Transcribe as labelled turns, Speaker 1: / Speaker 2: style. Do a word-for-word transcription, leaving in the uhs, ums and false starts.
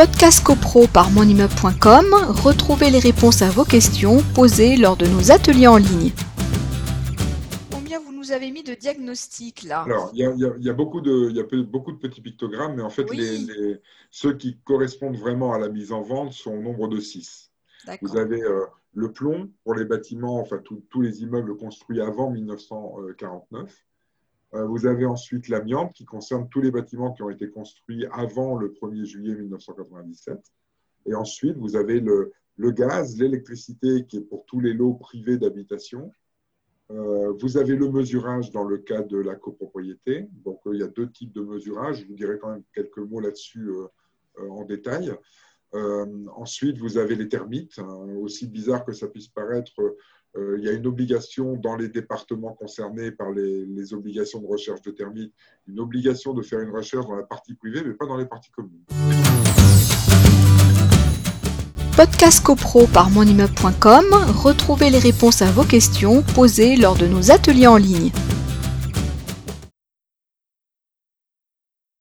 Speaker 1: Podcast CoPro par monimmeuble point com, retrouvez les réponses à vos questions posées lors de nos ateliers en ligne. Combien vous nous avez mis de diagnostics là?
Speaker 2: Alors, il y a, il y a- il y a beaucoup de, il y a peu- beaucoup de petits pictogrammes, mais en fait,
Speaker 1: Oui.
Speaker 2: les, les- ceux qui correspondent vraiment à la mise en vente sont au nombre de six. Vous
Speaker 1: D'accord.
Speaker 2: avez euh, le plomb pour les bâtiments, enfin tous tous les immeubles construits avant mille neuf cent quarante-neuf. Euh, vous avez ensuite l'amiante qui concerne tous les bâtiments qui ont été construits avant le premier juillet mille neuf cent quatre-vingt-dix-sept. Et ensuite, vous avez le, le gaz, l'électricité qui est pour tous les lots privés d'habitation. Euh, vous avez le mesurage dans le cas de la copropriété. Donc, euh, il y a deux types de mesurage. Je vous dirai quand même quelques mots là-dessus euh, euh, en détail. Euh, ensuite, vous avez les termites. Hein, aussi bizarre que ça puisse paraître, euh, il y a une obligation dans les départements concernés par les, les obligations de recherche de termites, une obligation de faire une recherche dans la partie privée, mais pas dans les parties communes.
Speaker 1: Podcast CoPro par monimmeuble point com, retrouvez les réponses à vos questions posées lors de nos ateliers en ligne.